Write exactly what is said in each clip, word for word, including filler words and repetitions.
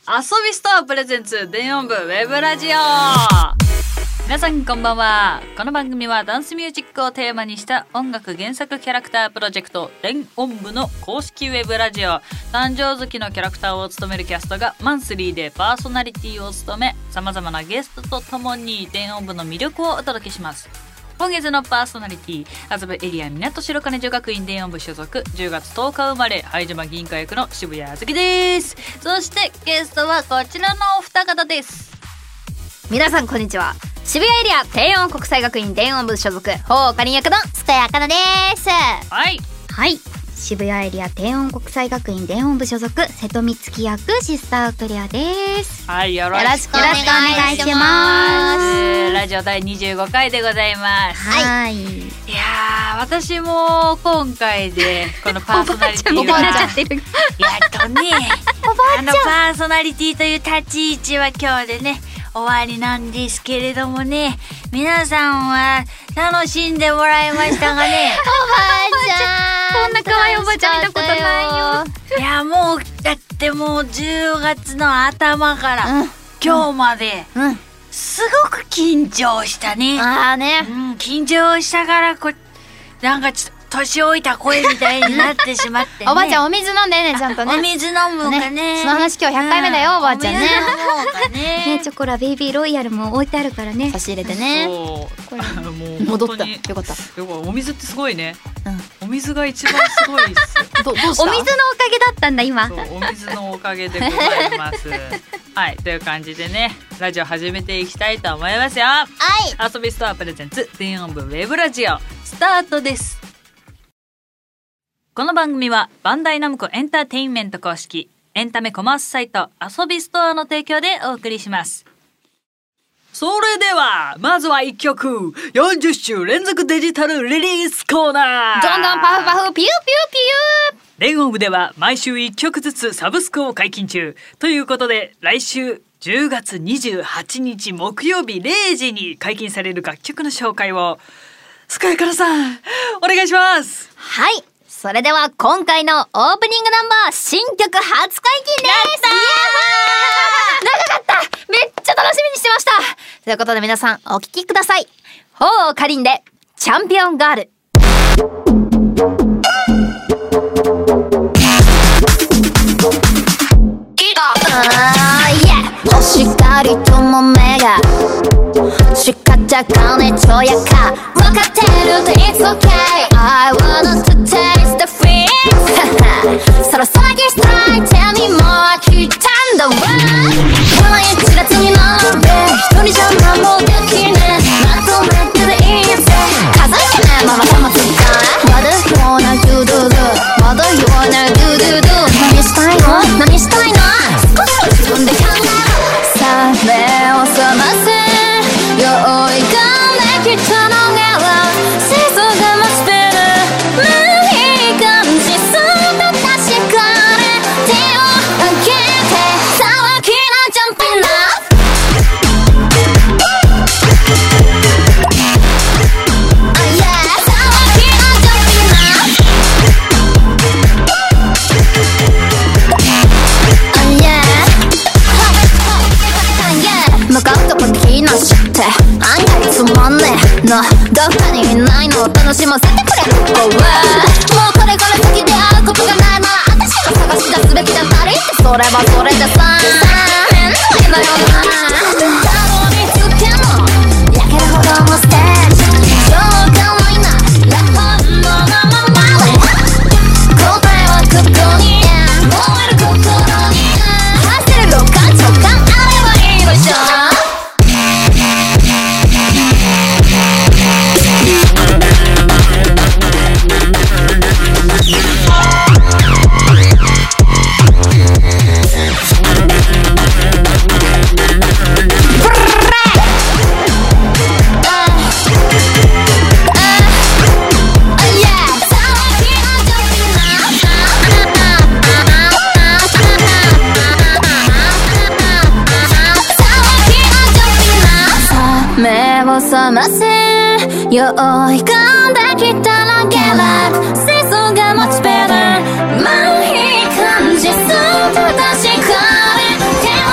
遊びストアプレゼンツ電音部ウェブラジオ。皆さんこんばんは。この番組はダンスミュージックをテーマにした音楽原作キャラクタープロジェクト電音部の公式ウェブラジオ。誕生月のキャラクターを務めるキャストがマンスリーでパーソナリティを務め、様々なゲストとともに電音部の魅力をお届けします。今月のパーソナリティ、麻布エリア港白金女学院電音部所属、じゅうがつとおか生まれ、拝島銀貨役の渋谷あずきです。そしてゲストはこちらのお二方です。 皆さんこんにちは。渋谷エリア低音国際学院電音部所属、ほうかりん役のすかやかなです。 はいはい、渋谷エリア低音国際学院電音部所属、瀬戸美月役シスタークレアです。 はい、よろしくお願いします。 よろしくお願いします。 ラジオだいにじゅうごかいでございます。 はい、 いやー、私も今回でこのパーソナリティおばあちゃんってるやっとねおばあちゃんあのパーソナリティという立ち位置は今日でね終わりなんですけれどもね、皆さんは楽しんでもらいましたがねおばあちゃん、こんな可愛いおばあちゃん見たことないよ。 いや、もうだってもうじゅうがつの頭から、うん、今日まで、うん、すごく緊張したね。 あーね、 うん、緊張したからこなんかちょっと年老いた声みたいになってしまってね。 おばあちゃんお水飲んでね、ちゃんとね。 お水飲むかね。 ね、その話今日ひゃっかいめだよ、うん、おばあちゃんね。 お水飲もうかね。 ね、チョコラベイビーロイヤルも置いてあるからね。差し入れてね。 そう。これもう戻った。よかった。 よかお水ってすごいね。 うん。 お水が一番すごいっす。 どどうした？お水のおかげだったんだ今。 そう、お水のおかげでございます。はい、という感じでね、ラジオ始めていきたいと思いますよ。はい。遊びストアプレゼンツ電音部ウェブラジオスタートです。この番組はバンダイナムコエンターテインメント公式エンタメコマースサイト遊びストアの提供でお送りします。それではまずはいっきょくよんじゅっしゅう連続デジタルリリースコーナー。 どんどんパフパフピューピューピュー。 電音部では毎週いっきょくずつサブスクを解禁中ということで、来週じゅうがつにじゅうはちにち木曜日れいじに解禁される楽曲の紹介をスカイカラさんお願いします。 はい、それでは今回のオープニングナンバー、新曲初解禁です。長かった。めっちゃ楽しみにしてました。ということで皆さんお聴きください。ほうかりんでチャンピオンガール。あー、yeah、星光とも目がしかたかねちょやか分かってると It's okay I wanna to taste the fear そろそろゲストライテにもう来たんだわ。笑い散らずに並べ一人じゃ何もできねえまとめてでいいぜ数えてねママたまつかまだようなドゥドゥドゥまだようなドゥドゥドゥ何したいの何したいの少しは自分で考えろさあ目を覚ませ用意ができたのがシソが増してる無理感じそうだ確かに手を上げて騒ぎなジャンピング向かうとこ的なしって案外つまんねえのどっかにいないのを楽しませてくれる子はもうこれから先出会うことがないなら私が探し出すべきだったりってそれはそれでさめんどいんだよなたどり着けも焼けるほどのステージしょうがないなラ本のままで答えはここに燃える心に走るロ感直感あればいい場所覚ませ用意ができたらゲラ水槽が持ちペダルマンヒ感じそうと確かに手を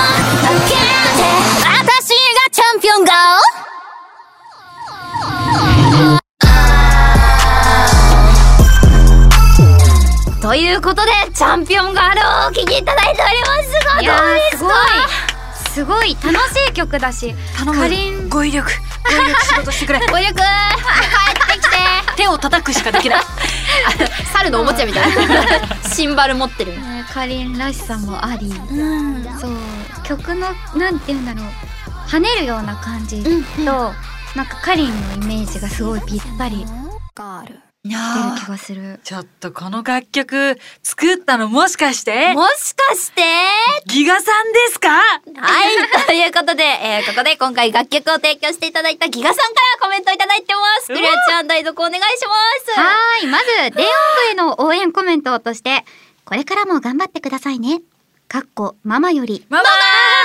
ということでチャンピオンガールをお聴きいただいておりますが、 いやどうですか？ すごいすごい楽しい曲だし、 頼むかりん語彙力語彙力仕事してくれご力帰ってきて手を叩くしかできない猿のおもちゃみたいなシンバル持ってる。 ねかりんらしさもあり、 うんそう曲のなんていうんだろう、跳ねるような感じと、 うんうんなんかかりんのイメージがすごいぴったりガールいや出る気がする。 ちょっとこの楽曲作ったのもしかしてもしかしてギガさんですか？ はい、ということで、えー、ここで今回楽曲を提供していただいたギガさんからコメントいただいてます。クリアちゃん代読お願いします。 はーい、まずレオン部への応援コメントとして、これからも頑張ってくださいね。かっこママより。 ママ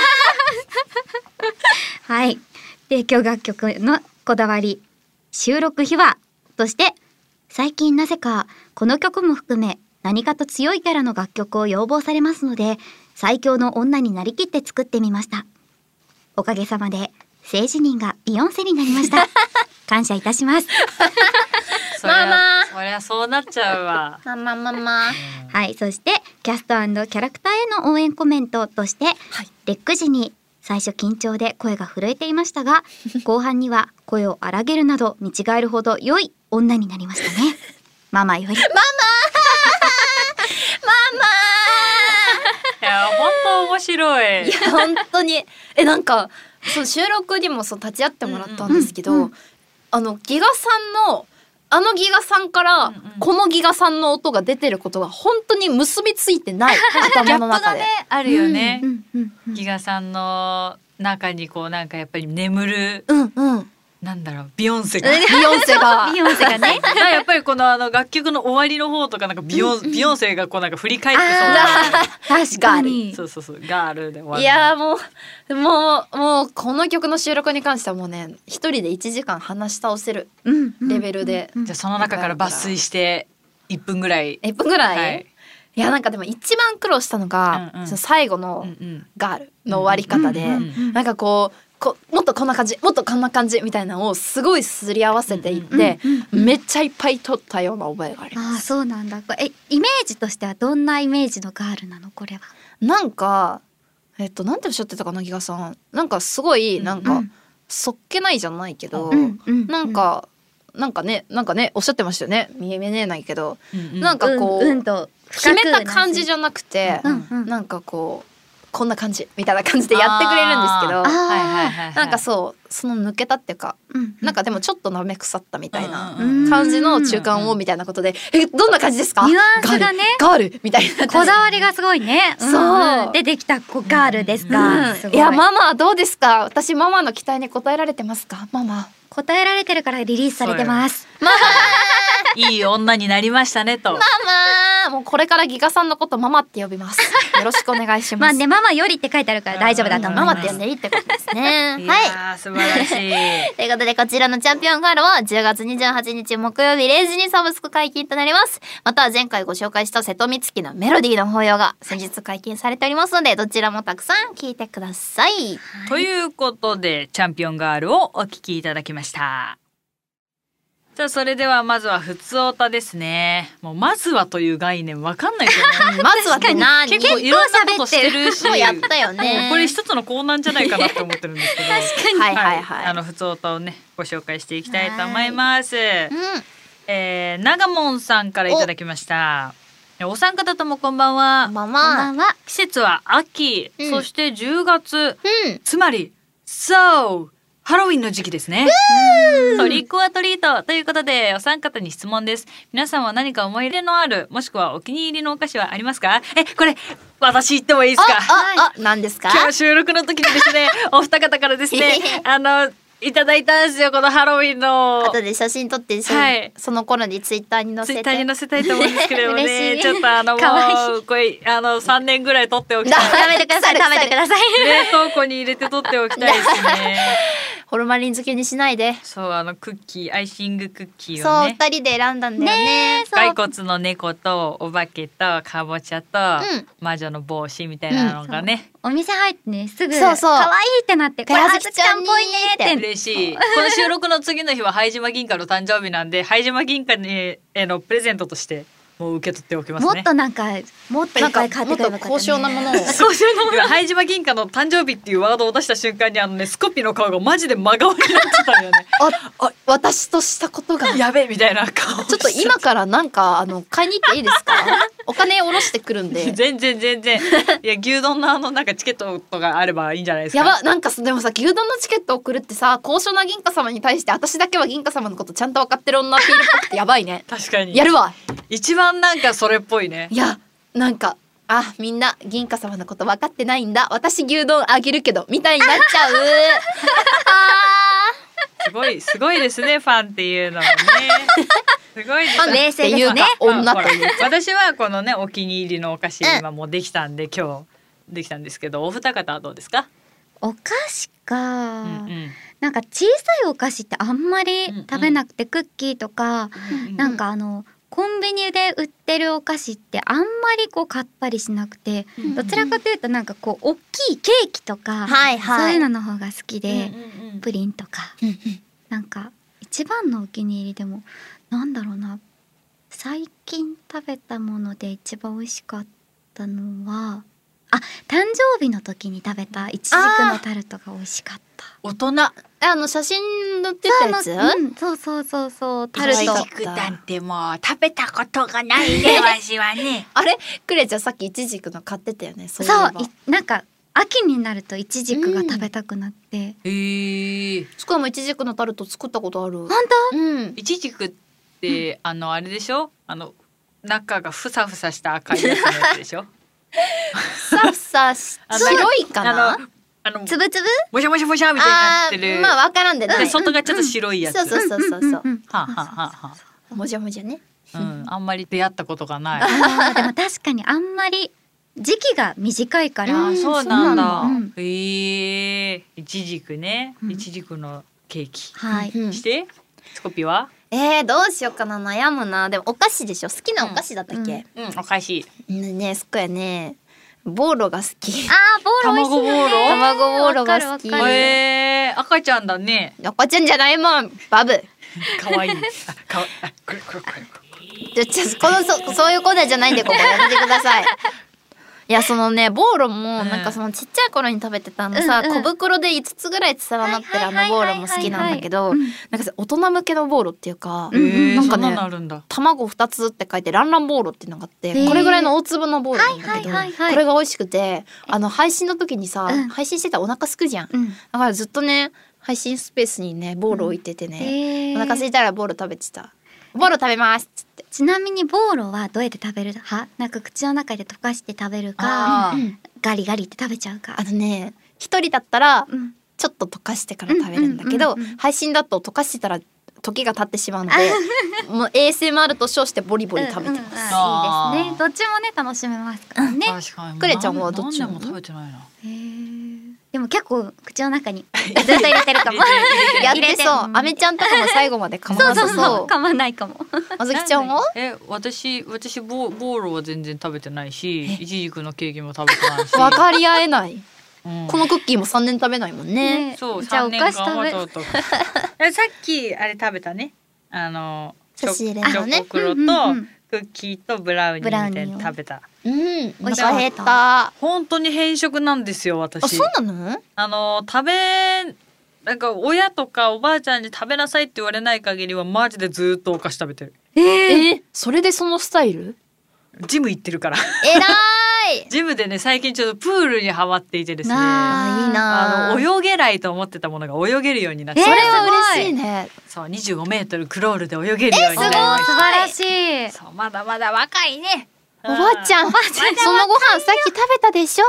はい。提供楽曲のこだわり、収録秘話として、最近なぜかこの曲も含め何かと強いキャラの楽曲を要望されますので、最強の女になりきって作ってみました。おかげさまで性自認がビヨンセになりました。感謝いたします。 そりゃママそりゃそうなっちゃうわママママ。 はい、そしてキャスト&キャラクターへの応援コメントとして、レック時に最初緊張で声が震えていましたが、後半には声を荒げるなど見違えるほど良い女になりましたね。ママより。ママいや本当面白い。 いや本当にえなんかそう収録にもそう立ち会ってもらったんですけど、 うんうんうん、 あのギガさんのあのギガさんからうんうんこのギガさんの音が出てることが本当に結びついてない頭の中で。 あるよね、 うんうんうん、 ギガさんの中にこうなんかやっぱり眠るうんうん。 なんだろうビヨンセがビヨンセがビヨンセがね。 やっぱりこのあの楽曲の終わりの方とかなんかビヨン、ビヨンセがこうなんか振り返ってそうな確かに。 そうそうそうガールで終わる。 いやーもうもうもうこの曲の収録に関してはもうね一人でいちじかん話し倒せるうんうんレベルで、 うんじゃあその中から抜粋していっぷんぐらい。 いっぷんぐらい、 はいいやなんかでも一番苦労したのが、 うんうんその最後うのんうんガールの終わり方で、 うんうんうんなんかこうこもっとこんな感じもっとこんな感じみたいなのをすごいすり合わせていって、 うんうんうんめっちゃいっぱい撮ったような覚えがあります。 ああ、そうなんだ。これえイメージとしてはどんなイメージのガールなのこれは。 なんかえっとなんておっしゃってたかなギガさん、なんかすごいなんか、 うんそっけないじゃないけど、 うんうんなんかなんかねなんかねおっしゃってましたよね、見え見えないけど、 うんうんなんかこう、 うんうんと決めた感じじゃなくて、 うんうんなんかこうこんな感じみたいな感じでやってくれるんですけど、 あーはいはいはいはい、 なんかそうその抜けたっていうか、 うんなんかでもちょっとなめ腐ったみたいなうんうんうん感じの中間をみたいなことで、えどんな感じですか？ ニュアンスがねガールガールみたいなこだわりがすごいね。 そんんでできたこガールですか。すごうん、いやママどうですか？私ママの期待に応えられてますか？ママ答えられてるからリリースされてます。 いい女になりましたねと。 ママもうこれからギガさんのことママって呼びます。よろしくお願いします。 まあね、ママよりって書いてあるから大丈夫だと思います。 ママって呼んでいいってことですね。 いはい。 やー素晴らしい。 ということで、こちらのチャンピオンガールはじゅうがつにじゅうはちにち木曜日れいじにサブスク解禁となります。または前回ご紹介した瀬戸光希のメロディーの法要が先日解禁されておりますので、どちらもたくさん聞いてください。 ということでチャンピオンガールをお聞きいただきました。じゃあそれではまずはふつおたですね。もうまずはという概念わかんないですよね。 まずはって何？ 結構いろんなことしてるし、 もうやったよね。 これ一つのコーナーじゃないかなって思ってるんですけど。 確かに。はいはいはい。 あのふつおたをねご紹介していきたいと思います。 うん。 えー、長門さんからいただきました。お三方ともこんばんは。 マこんばんマ。 は。 季節は秋、 うんそしてじゅうがつ、 うん。 つまり So ハロウィンの時期ですね。トリックオアトリートということでお三方に質問です。皆さんは何か思い入れのあるもしくはお気に入りのお菓子はありますか？えこれ私言ってもいいですか？ あ、あ、何ですか？ 今日収録の時にですねお二方からですねあのいただいたんですよ、このハロウィンの後で写真撮って一緒に、 はい、 その頃にツイッターに載せてツイッターに載せたいと思うんですけれどもね嬉しいちょっとあのかわいいもうこれあのさんねんぐらい撮っておきたい食べてください、食べてください。 冷凍庫に入れて撮っておきたいですね。 ホルマリン漬けにしないで。 そうあのクッキーアイシングクッキーそう、 をね二人で選んだんだよね。 骸骨の猫とお化けとかぼちゃと、 うん魔女の帽子みたいなのがね、 お店入ってね、すぐそうそう可愛いってなって、これああずきちゃんっぽいねって。 嬉しい。この収録の次の日は拝島銀貨の誕生日なんで拝島銀貨にへのプレゼントとしてもう受け取っておきますね。 もっとなんかもっといっぱい買ってくればよかったね。 もっと高尚なものを高尚なもの。 拝島銀貨の誕生日っていうワードを出した瞬間にあのねスコピの顔がマジで真顔になってたよね。 ああ私としたことがやべえみたいな顔。 ちょっと今からなんかあの買いに行っていいですか？お金下ろしてくるんで。 全然全然いや牛丼のあのなんかチケットとかあればいいんじゃないですか。 やばなんかでもさ牛丼のチケット送るってさ高尚な銀貨様に対して私だけは銀貨様のことちゃんと分かってる女アピールっぽくてやばいね。 確かにやるわ。 一番なんかそれっぽいね。 いやなんかあみんな銀貨様のこと分かってないんだ私牛丼あげるけどみたいになっちゃう。あすごいすごいですねファンっていうのもね。すごいですー冷静ですね。女というか。 私はこのねお気に入りのお菓子うん今もうできたんで今日できたんですけどお二方はどうですか？ お菓子か、 うんうんなんか小さいお菓子ってあんまり食べなくて、クッキーとか、 うんなんかあのコンビニで売ってるお菓子ってあんまりこう買ったりしなくて、 うんどちらかというとなんかこう大きいケーキとか、 はいはいそういうのの方が好きで、 うんうんうんプリンとか、 うんうんなんか一番のお気に入りでもなんだろうな、最近食べたもので一番美味しかったのはあ誕生日の時に食べたいちじくのタルトが美味しかった。 大人あの写真載ってたやつ？ うん、そうそうそうそうタルト。 可愛かっくなんてもう食べたことがないでわしはね。 あれクレちゃんさっきイチジクの買ってたよね。そういえそうばいなんか秋になるとイチジクが食べたくなって、 へえ。 しかもイチジクのタルト作ったことある。 本うんいちじくってあのあれでしょ？あの中がふさふさした赤いやつのやつでしょ？ ふさふさしあの白いかな。 あのあの当つぶつぶもしゃもしゃもしゃみたいになあってる。 ーまあわからんでない。 で外がちょっと白いやつ。 そうそうそうそうそう。 んんんはあ、はあはあはもじゃもじゃね。 あ、うん、あんまり出会ったことがない。 あーでも確かにあんまり時期が短いから、 あ、そうなんだ。 うんへえ、いちじくね、 うんいちじくのケーキ。 はい、 うんして、スコピは？ えー、どうしようかな悩むな。でもお菓子でしょ。好きなお菓子だったっけ？ うん、おかしい。 ねねそっかやね。ボーロが好き。 あーボーロ美味しいよね。 卵ボーロ卵ボーロが好きわかるわかるへえ、赤ちゃんだね。 赤ちゃんじゃないもん。バブ。 可愛い。あ、かわいい。あ、これこれこれ。 ちょちょこのそそういうコーナーじゃないんでここやめてください。いやそのねボーロもうんなんかそのちっちゃい頃に食べてたあのさ、 うんうん小袋でいつつぐらい連なってるあのボーロも好きなんだけどうんなんかさ大人向けのボーロっていうか、 うんへえ、 なんかねそんなのあるんだ。 卵ふたつって書いてランランボーロっていうのがあってへーこれぐらいの大粒のボーロなんだけど、 はいはいはいはいこれが美味しくてあの配信の時にさ、 うん配信してたらお腹すくじゃん、 うんだからずっとね配信スペースにねボーロ置いててね、 へーお腹空いたらボーロ食べてた。ボーロ食べますっつって。 ちなみにボーロはどうやって食べる派？なんか口の中で溶かして食べるか、 あーガリガリって食べちゃうか。 あのね一人だったらうんちょっと溶かしてから食べるんだけど、 うんうんうんうん配信だと溶かしてたら時が経ってしまうのでもう エーエスエムアール と称してボリボリ食べてます、 うんうんあーあいいですね。どっちもね楽しめますからね。 確かに。 クレちゃんはどっち何年も食べてないな。 へーでも結構口の中にずっと入れてるかも。 やってそううんアメちゃんとかも最後まで噛まそうなさそうそうそう噛まないかも。 あずきちゃんはえ、私私ボボーロは全然食べてないし、いちじくのケーキも食べてないし。 分かり合えない、 うんこのクッキーもさんねん食べないもんねねそう、 じゃあお三年間菓子食べ。 はとうとうえ、さっきあれ食べたね。あのチョ差し入れのねチョコクロとうんうんうんクッキーとブラウニーみたいにブラウニーを食べた。 うん美味しかったお腹減った本当に偏食なんですよ私。 あそうなのあの食べなんか親とかおばあちゃんに食べなさいって言われない限りはマジでずっとお菓子食べてる。 えー、 えそれでそのスタイルジム行ってるから。 えらいジムでね最近ちょっとプールにハマっていてですね。 なあいいなあの泳げないと思ってたものが泳げるようになって、 えーそれは嬉しいねそうにじゅうごメートルクロールで泳げるようになりまし素晴らしい。 た。そうまだまだ若いね。 おばあちゃんそのご飯さっき食べたでしょ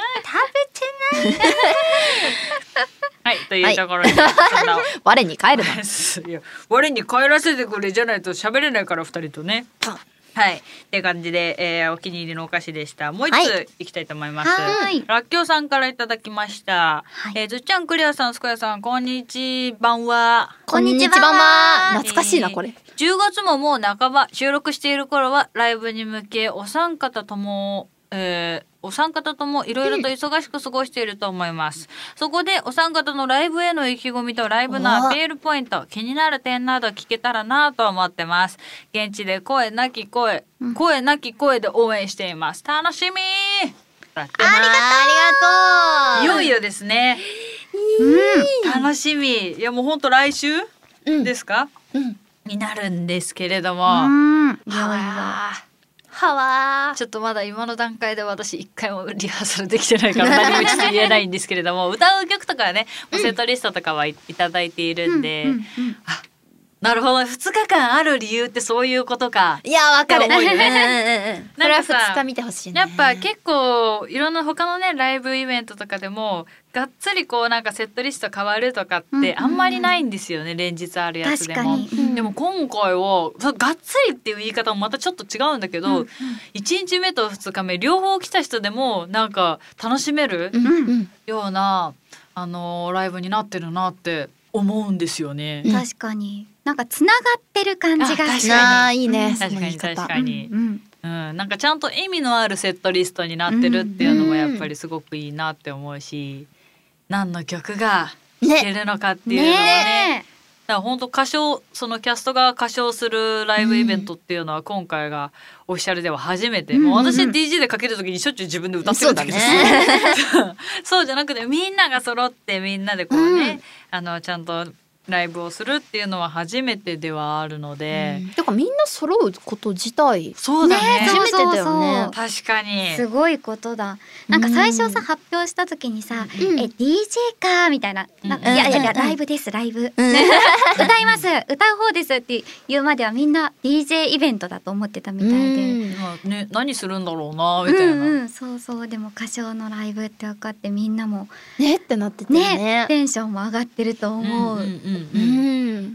はいというところで、そんな我に帰るないや我に帰らせてくれじゃないと喋れないから二人とね。はいって感じで、えー、お気に入りのお菓子でした。もう一つ、 はいいきたいと思います。 はいらっきょうさんからいただきました。 はいえー、ずっちゃんクレアさんスコヤさんこんにちはんは。 こんにちはこんにちは懐かしいなこれえーじゅうがつももう半ば収録している頃はライブに向けお三方ともえーお三方ともいろいろと忙しく過ごしていると思います、うん、そこでお三方のライブへの意気込みとライブのアピールポイント、気になる点など聞けたらなと思ってます。現地で声なき声、うん、声なき声で応援しています。楽しみだって。 ありがとう。 いよいよですね、うん、楽しみ。いやもうほんと来週ですか、うんうん、になるんですけれども、うん、いやはわーちょっとまだ今の段階で私一回もリハーサルできてないから何もちょっと言えないんですけれども歌う曲とかはね、うん、セットリストとかはいただいているんで、うんうんうん、あなるほどふつかかんある理由ってそういうことか。 いやわかる。 思うよね。 これはふつか見てほしいね。 やっぱ結構いろんな他のねライブイベントとかでもがっつりこうなんかセットリスト変わるとかってあんまりないんですよね、うんうん、連日あるやつでも、うん、でも今回はがっつりっていう言い方もまたちょっと違うんだけど、うんうん、いちにちめとふつかめ両方来た人でもなんか楽しめるような、あのー、ライブになってるなって思うんですよね。 確かになんかつながってる感じがする。あいいね。 確かに確かに、うんうん、なんかちゃんと意味のあるセットリストになってるっていうのもやっぱりすごくいいなって思うし、何の曲が聴けるのかっていうのはね、ねだから本当歌唱そのキャストが歌唱するライブイベントっていうのは今回がオフィシャルでは初めて、うん、もう私 ディージェー でかける時にしょっちゅう自分で歌ってるんだけど、そうだねそうじゃなくてみんなが揃ってみんなでこうね、うん、あのちゃんとライブをするっていうのは初めてではあるので、 うん、だからみんな揃うこと自体そうだね、 初めてだよね。 確かにすごいことだ。なんか最初さ、うん、発表した時にさ、うん、え ディージェー かみたいな、うん、なんかいやいやいやライブですライブ、うん、歌います歌う方ですっていうまではみんな ディージェー イベントだと思ってたみたいで、 うんね、何するんだろうなみたいな、うんうん、 そうそうでも歌唱のライブって分かってみんなもねってなってて ね, ねテンションも上がってると思う。うんうんうんうん、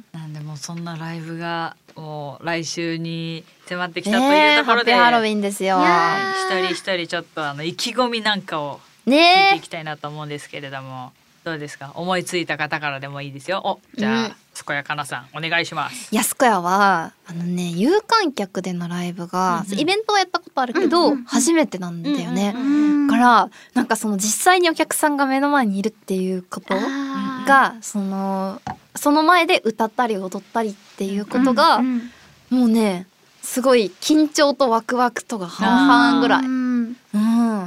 なんでもそんなライブがもう来週に迫ってきたというところで、 ね、ハッピーハロウィンですよ。 一人一人ちょっとあの意気込みなんかを聞いていきたいなと思うんですけれども、ね、どうですか。思いついた方からでもいいですよ。おじゃあ、うん、すこやかなさんお願いします。 いやすこやはあのね有観客でのライブが、うんうん、イベントはやったことあるけど、うんうん、初めてなんだよね、うんうんうん、からなんかその実際にお客さんが目の前にいるっていうことがそのその前で歌ったり踊ったりっていうことが、うんうん、もうねすごい緊張とワクワクとが半々ぐらい、うんうん、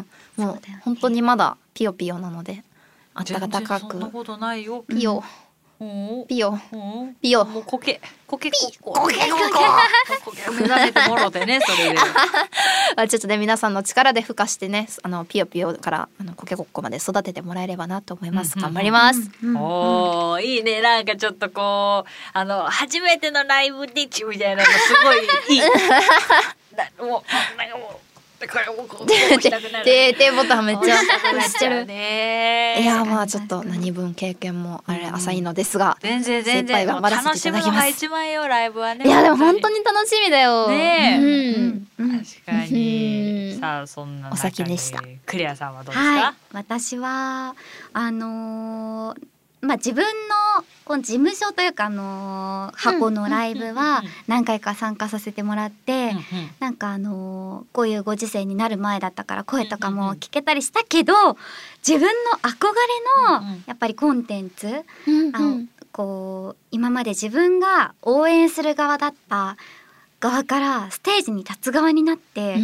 もう本当にまだピヨピヨなのであったか高くそんなことないよピヨ、うん、ピヨピヨもうコケコケコケコケコケ目覚めてもろてねそれでちょっとね皆さんの力で孵化してねあのピヨピヨからあのコケコッコまで育ててもらえればなと思います、うんうん、頑張ります、うんうん、 おーいいね。なんかちょっとこうあの初めてのライブディッチみたいなのすごいいいなもうなんかもうで手ボタンめっちゃ押してるね。 いやまあちょっと何分経験もあれ浅いのですが、 うん、全然全然楽しむのが一番よライブはね。 いやでも本当に楽しみだよね、 うんうん、 確かに、うん、さあそんな中お先でした。 クレアさんはどうですか。 はい、私はあのーまあ、自分のこの事務所というか、あのー、箱のライブは何回か参加させてもらって、うんうん、なんかあのー、こういうご時世になる前だったから声とかも聞けたりしたけど、自分の憧れのやっぱりコンテンツ、うんうん、あのこう今まで自分が応援する側だった側からステージに立つ側になって、うん、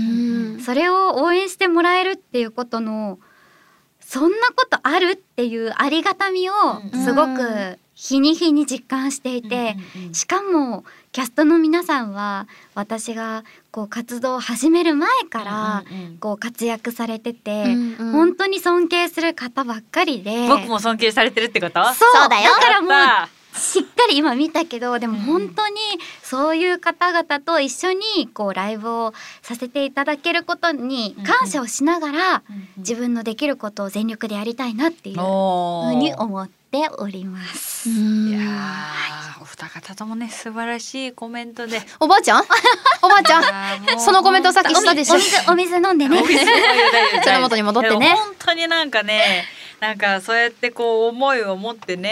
それを応援してもらえるっていうことのそんなことあるっていうありがたみをすごく日に日に実感していて、しかもキャストの皆さんは私がこう活動を始める前からこう活躍されてて、本当に尊敬する方ばっかりで。 僕も尊敬されてるってこと？ そうだよ。だからもうしっかり今見たけど、でも本当にそういう方々と一緒にこうライブをさせていただけることに感謝をしながら、自分のできることを全力でやりたいなっていうふうに思っております。 いやー、お二方ともね素晴らしいコメントで。 おばあちゃんおばあちゃんそのコメントさっきしたでしょ。 お水お水飲んでね。 その元に戻ってね。 本当になんかねなんかそうやってこう思いを持ってね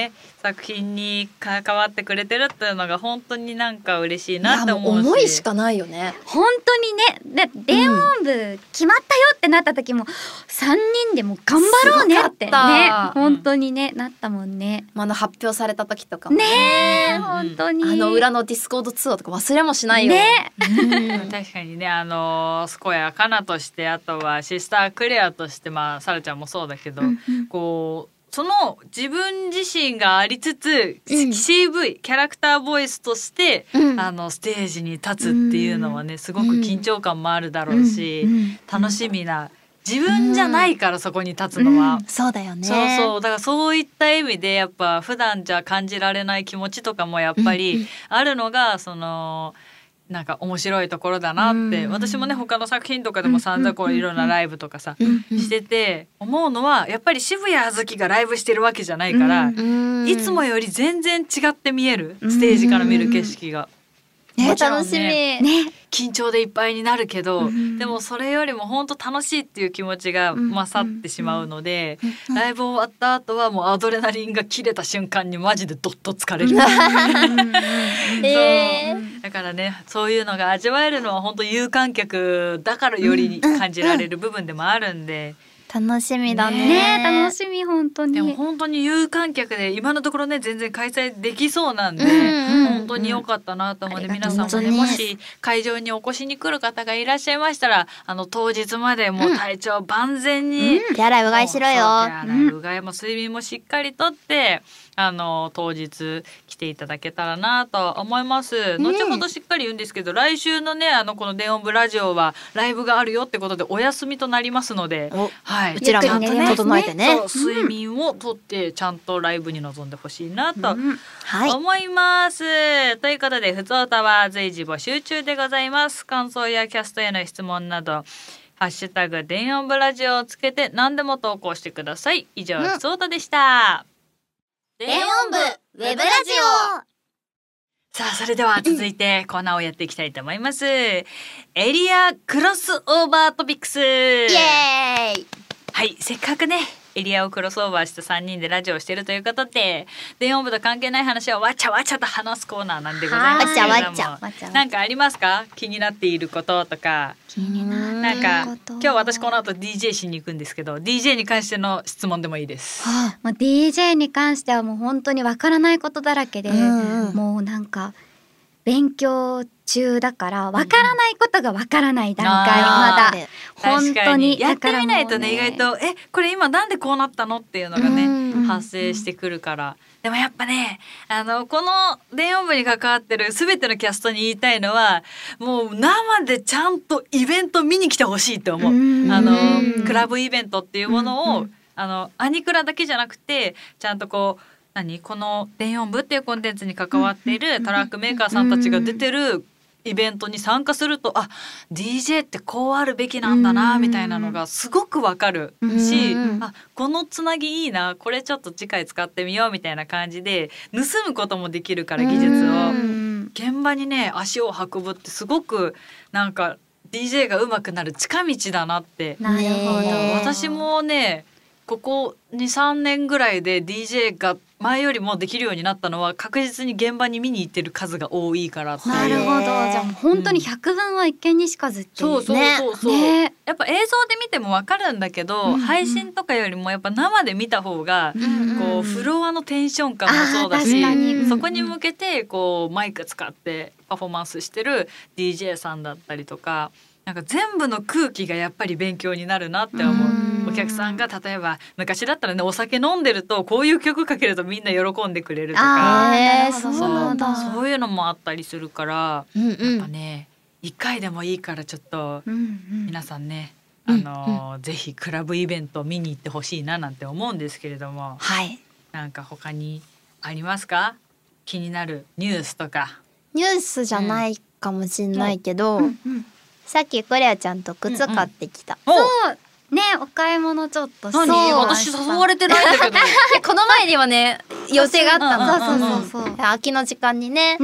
作品に関わってくれてるっていうのが本当になんか嬉しいなって思うし、 いやもう思いしかないよね。 本当にね、で電音部決まったよってなった時もさんにんでも頑張ろうねってねすごかった本当にね、なったもんね。 あの発表された時とかもねえ、 うん本当にあの裏のディスコード通話とか忘れもしないよ。 ねうん確かにね、あのー、健やかなとして、あとはシスタークレアとして、まあサラちゃんもそうだけど、 うんうんこうその自分自身がありつつ、 うんシーブイ キャラクターボイスとして、 うんあのステージに立つっていうのはね、すごく緊張感もあるだろうし、 うんうん楽しみな、自分じゃないからそこに立つのは、 そうだよね。 そうそう、だからそういった意味でやっぱ普段じゃ感じられない気持ちとかもやっぱりあるのが、そのなんか面白いところだなって、 うん私もね他の作品とかでも散々こういろんなライブとかさ、 うんうんしてて思うのは、やっぱり渋谷あずきがライブしてるわけじゃないから、 うんいつもより全然違って見える、ステージから見る景色が。 ね、 もちろん楽しみ。 ねね緊張でいっぱいになるけど、 うんでもそれよりも本当楽しいっていう気持ちが勝ってしまうので、 うんライブ終わった後はもうアドレナリンが切れた瞬間にマジでドッと疲れる。 えそうだからね、そういうのが味わえるのは本当有観客だからより感じられる部分でもあるんで、 楽しみだね。 ね楽しみ本当に。 でも本当に有観客で今のところね全然開催できそうなんで、 うんうん本当に良かったなと思うので、 ありが皆さもねとうんございますもし会場にお越しに来る方がいらっしゃいましたら、あの当日までもう体調万全に、 手洗いうがいしろよ。 そう手洗いうがいも睡眠もしっかりとって、あの当日来ていただけたらなと思います。後ほどしっかり言うんですけど、来週のねあのこの電音部ラジオはライブがあるよってことでお休みとなりますので、 おはい、 うちらもゆっくり寝れますね整えてね。 そう睡眠をとってちゃんとライブに臨んでほしいなとうんはい。 思います、ということでふつおたは随時募集中でございます。感想やキャストへの質問などハッシュタグ電音部ラジオをつけて何でも投稿してください。以上、ふつおたでした。 電音部ウェブラジさあそれでは続いてコーナーをやっていきたいと思います。エリアクロスオーバートピックス。イエーイ。 はい、せっかくねエリアをクロスオーバーしたさんにんでラジオをしているということで、電音部と関係ない話をわちゃわちゃと話すコーナーなんでございますけれども、 わちゃわちゃわちゃわちゃなんかありますか？気になっていることとか。 気になるなんかこと今日私この後 ディージェー しに行くんですけど、 ディージェー に関しての質問でもいいです。 はあ、もう ディージェー に関してはもう本当にわからないことだらけで、 うんうんもうなんか勉強中だからわからないことがわからない段階、まだ本当にやってみないとね、 だからもう意外とえこれ今なんでこうなったのっていうのがね、 うん発生してくるから。でもやっぱね、あのこの電音部に関わってる全てのキャストに言いたいのは、もう生でちゃんとイベント見に来てほしいって思う。 うんあのうんクラブイベントっていうものを、 うんうんあのアニクラだけじゃなくてちゃんとこう何この電音部っていうコンテンツに関わっているトラックメーカーさんたちが出てるイベントに参加すると、あ ディージェー ってこうあるべきなんだなみたいなのがすごくわかるし、 うんあこのつなぎいいな、これちょっと次回使ってみようみたいな感じで盗むこともできるから、技術をうん現場にね足を運ぶってすごくなんか ディージェー が上手くなる近道だなってなるほど、 ねえ私もねここ にさんねんぐらいで ディージェー が前よりもできるようになったのは確実に現場に見に行ってる数が多いからっていう。 なるほど、じゃあもう本当に百聞は一見にしかずっていう、 そうそうそうそう、 ねやっぱ映像で見てもわかるんだけど、 うんうん配信とかよりもやっぱ生で見た方が、 うんこうフロアのテンション感もそうだあーし、 確かにそこに向けてこうマイク使ってパフォーマンスしてる ディージェー さんだったりとか、なんか全部の空気がやっぱり勉強になるなって思う。 うんお客さんが例えば昔だったらねお酒飲んでるとこういう曲かけるとみんな喜んでくれるとか、 あーえーなるほどそうなんだそういうのもあったりするから、 うんうやっぱん。 ね一回でもいいからちょっとうんうん皆さんね、 うんあのーぜひクラブイベント見に行ってほしいななんて思うんですけれども、 はい。 なんか他にありますか？気になるニュースとか。 ニュースじゃないかもしんないけど、 うんうんさっきクレアちゃんと靴買ってきた。 おそうね、お買い物ちょっと何？ そう私誘われてないんだけど。 この前にはね予定があったの。 そうそうそうそう空きの時間にね、 ね、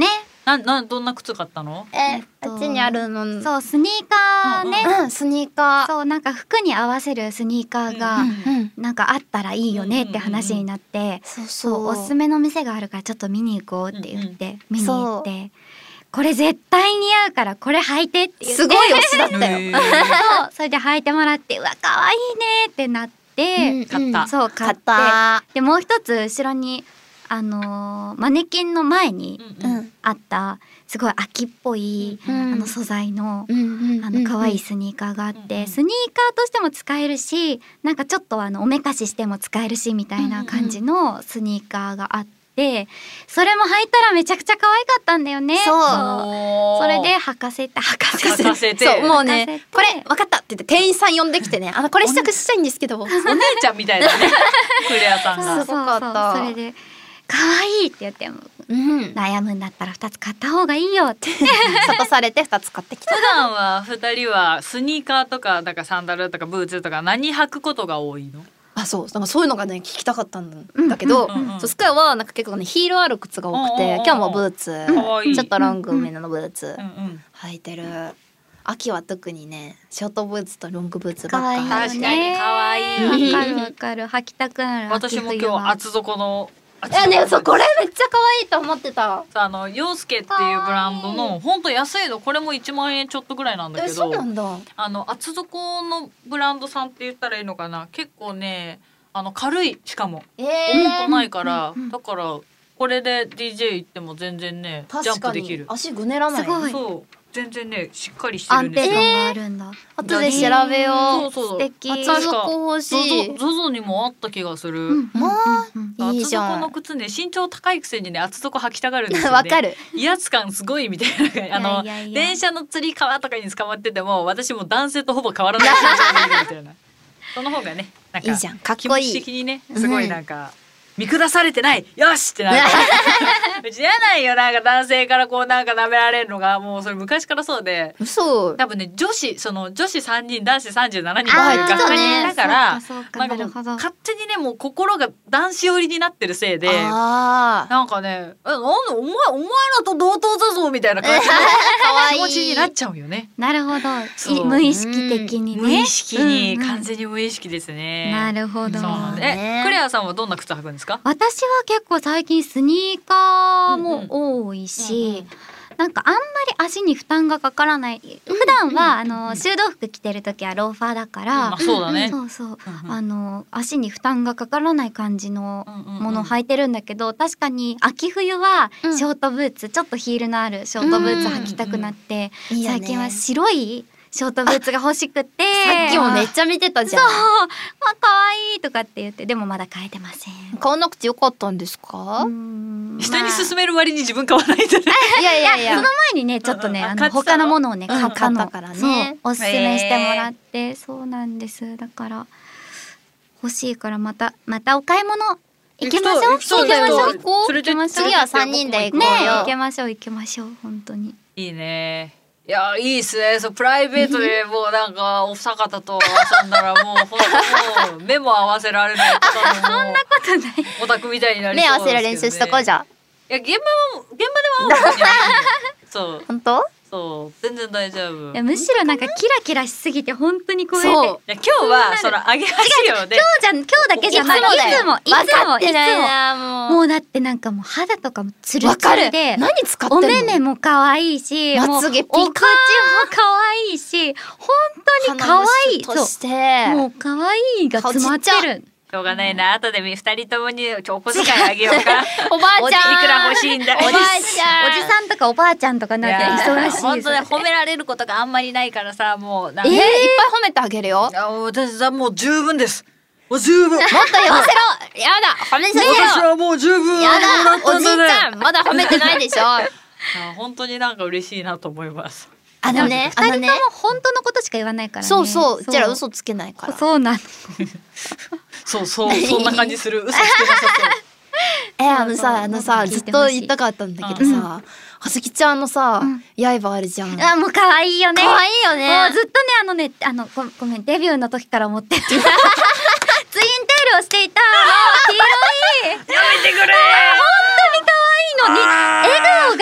ななどんな靴買ったの？ えー、あっちにあるの。 そうスニーカーね、 うん、スニーカー。 そうなんか服に合わせるスニーカーがうんうんなんかあったらいいよねって話になって、 そうそうおすすめの店があるからちょっと見に行こうって言って見に行って、これ絶対似合うからこれ履いてって言ってすごい推しだったよ。 へーそうそれで履いてもらってうわ可愛いねってなって、 買ったそう買って、 た。 でもう一つ後ろにあのーマネキンの前にうんうんうんあったすごい秋っぽい、 うんあの素材の、 うんうんあの可愛いスニーカーがあって、 うんスニーカーとしても使えるしなんかちょっとあのおめかししても使えるしみたいな感じのスニーカーがあってそれも履いたらめちゃくちゃ可愛かったんだよね。 そうおーそれで履かせた履かせた履かせてそうもう履かせねてこれ分かったって言って店員さん呼んできてねあのこれ試着したいんですけどお姉ちゃんみたいだねクレアさんそうが。 そうすごかったそうそれで可愛いって言ってもうん悩むんだったらふたつ買った方がいいよって諭されてふたつ買ってきた。 普段は二人はスニーカーとかなんかサンダルとかブーツとか何履くことが多いの？ あそうなんかそういうのがね聞きたかったんだけど、 うんうんうんそうスカイはなんか結構ねヒールある靴が多くて、 うんうんうん今日もブーツ、 かわいいちょっとロングめのブーツうんうん。 履いてる。秋は特にねショートブーツとロングブーツばっか可愛いよね確かに可愛い。 わかるわかる履きたくなる私も秋冬は今日厚底の。 いやねそうこれめっちゃ可愛いと思ってた。 あの陽介っていうブランドの本当安いのこれもいちまんえんちょっとぐらいなんだえけどそうなんだ。 あの厚底のブランドさんって言ったらいいのかな結構ねあの軽いしかもえ重くないから、 うんうんだからこれで ディージェー 行っても全然ねジャン確かプできるに足ぐねらない。 すごいそう全然ねしっかりしてる安んですよ、 定感があるんだ、 後で調べよう。 そうそう素敵厚底欲しい。 ゾゾゾゾにもあった気がする、 うんまあうんうんいいじゃん厚底の靴ね身長高いくせにね厚底履きたがるんですよねわかる。 威圧感すごいみたいなあのいやいやいや電車のつり革とかに捕まってても私も男性とほぼ変わらない身長でいるみたいなその方がねなんかいいじゃんかっ気こいい。 持ち的にねすごいなんか、見下されてないよしってなるうち嫌ないよなんか男性からこうなんか舐められるのがもうそれ昔からそうで嘘。 多分ね女子その女子さんにん男子さんじゅうななにんもあー入る学科にいたからそうかそうかなんかもうなるほど勝手にねもう心が男子寄りになってるせいでああ。 なんかねえなんでお前お前らと同等だぞみたいな感じの可愛い気持ちになっちゃうよね。 なるほどそうい無意識的にね無意識に、 うんうん完全に無意識ですね。 なるほどそうなんでねえクレアさんはどんな靴履くんですか？ 私は結構最近スニーカーも多いし、 うんうんなんかあんまり足に負担がかからない普段はあの修道服着てる時はローファーだから、 まあそうだね。 そうそう、 うんうんあの足に負担がかからない感じのものを履いてるんだけど、確かに秋冬はうんショートブーツ、ちょっとヒールのあるショートブーツ履きたくなって、 いいよね最近は白いショートブーツが欲しくてさっきもめっちゃ見てたじそうゃん。 あ可愛いとかって言ってでもまだ買えてません。 買わなくてよかったんですかうー？ん人にまあ勧める割に自分買わないんだね。 いやいやいや。 その前にねちょっとねうんうんあの買ってたの他のものをねうん買ったの、 買ったからねそうおすすめしてもらってそうなんですだから欲しいからまたまたお買い物行きましょう行きたい行きましょう行きたい連れて行きましょう次は三人で行こうねよ行きましょう行きましょう本当にいいね。いやいいっすね。そうプライベートでもうなんかお二方と遊んだらもう本当もう目も合わせられない方のそんなことないオタクみたいになり目合わそうですけどね。 せる練習しとこうじゃん。 いや現場も現場では会う分にはいいよ。そう本当？ そう全然大丈夫。 いやむしろなんかキラキラしすぎて本当にこうやってそう。 いや今日はその上げ足量で今日じゃん今日だけじゃないいつもいつもいつもいつもももうだってなんかもう肌とかもツルわかるツルで。 何使ってんの？ お目目も可愛いし、もうお口もまつげピカ可愛いし、本当に可愛い。そ鼻もシュッとして。 う、もう可愛いが詰まってる。 しょうがないな後で二人ともにお小遣いあげようか。 おばあちゃん。 いくら欲しいんだ。 おばあちゃん。 おじさんとかおばあちゃんとかなんて忙しい。 本当ね褒められることがあんまりないからさもうなんえー、 かいっぱい褒めてあげるよ。 いや私はもう十分です。もう十分。 もっと言わせろ。やだ。褒めすぎよ。 私はもう十分。 やだ。おじいちん。 ゃん。まだ褒めてないでしょ。 あ本当になんか嬉しいなと思います。 あのね、あのね二人と。も本当のことしか言わないからね。 そうそう。うちら嘘つけないから。 そうなの。 そうそうそんな感じする。嘘つけなさえ、あのさ、あのさ、 聞ずっいてほしいと言いたかったんだけどさ、はずきちゃんのさうん、 刃あるじゃん。 あ、もう可愛いよね。 可愛いよね。 もうずっとね、あのね、あの、ごごめん、デビューの時から思ってる。ツインテールをしていた、あの、黄色い。 やめてくれ。 本当に可愛いのに、笑顔